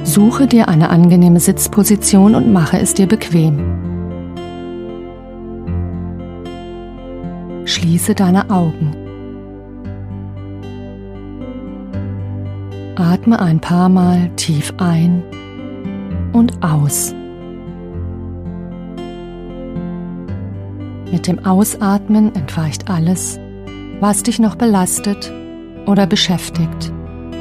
Suche dir eine angenehme Sitzposition und mache es dir bequem. Schließe deine Augen. Atme ein paar Mal tief ein und aus. Mit dem Ausatmen entweicht alles, was dich noch belastet oder beschäftigt.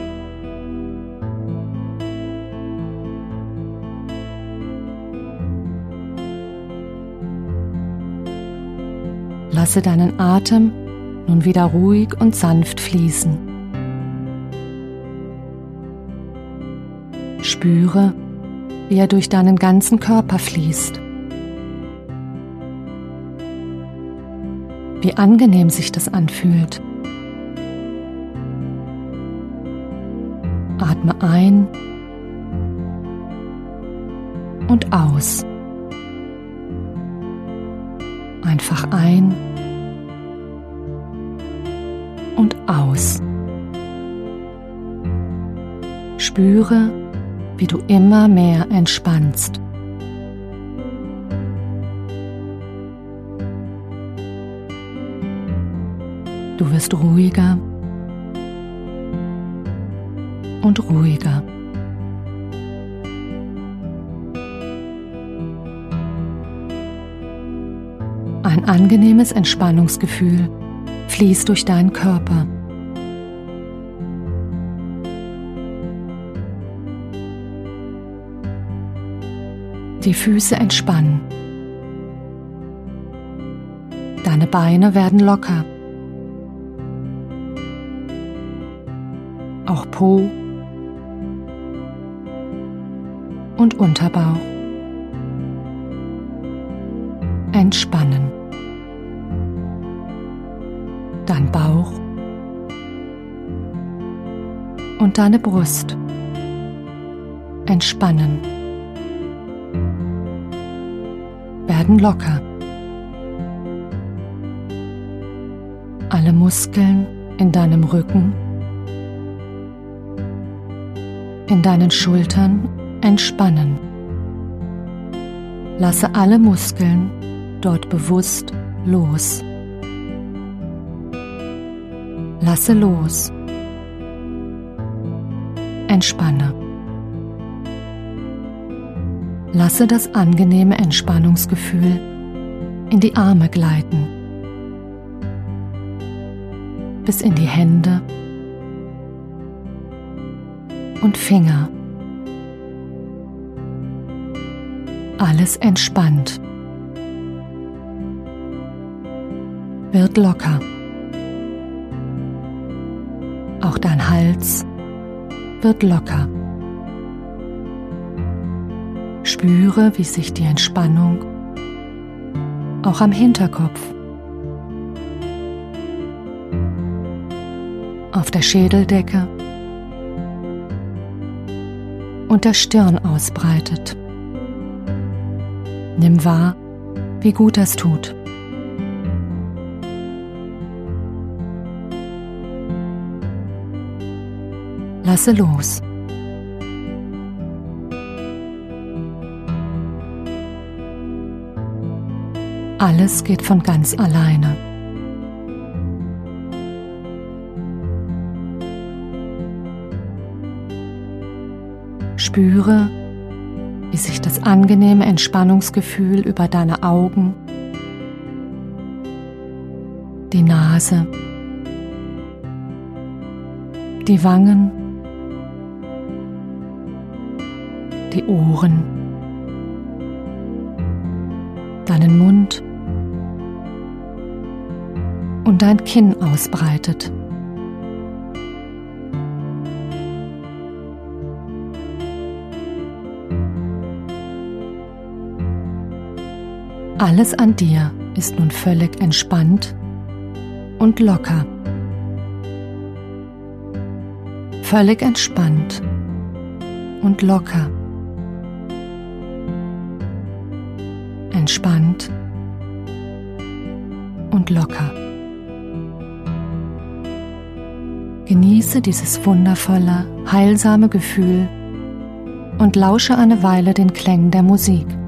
Lasse deinen Atem nun wieder ruhig und sanft fließen. Spüre, wie er durch deinen ganzen Körper fließt. Wie angenehm sich das anfühlt. Atme ein und aus. Einfach ein und aus. Spüre, wie du immer mehr entspannst. Du wirst ruhiger und ruhiger. Ein angenehmes Entspannungsgefühl fließt durch deinen Körper. Die Füße entspannen. Deine Beine werden locker. Auch Po und Unterbauch entspannen. Dein Bauch und deine Brust entspannen, werden locker. Alle Muskeln in deinem Rücken, in deinen Schultern entspannen. Lasse alle Muskeln dort bewusst los. Lasse los. Entspanne. Lasse das angenehme Entspannungsgefühl in die Arme gleiten, bis in die Hände und Finger. Alles entspannt. Wird locker. Auch dein Hals wird locker. Spüre, wie sich die Entspannung auch am Hinterkopf, auf der Schädeldecke und der Stirn ausbreitet. Nimm wahr, wie gut das tut. Lasse los. Alles geht von ganz alleine. Spüre, wie sich das angenehme Entspannungsgefühl über deine Augen, die Nase, die Wangen, die Ohren, deinen Mund und dein Kinn ausbreitet. Alles an dir ist nun völlig entspannt und locker. Völlig entspannt und locker. Entspannt und locker. Genieße dieses wundervolle, heilsame Gefühl und lausche eine Weile den Klängen der Musik.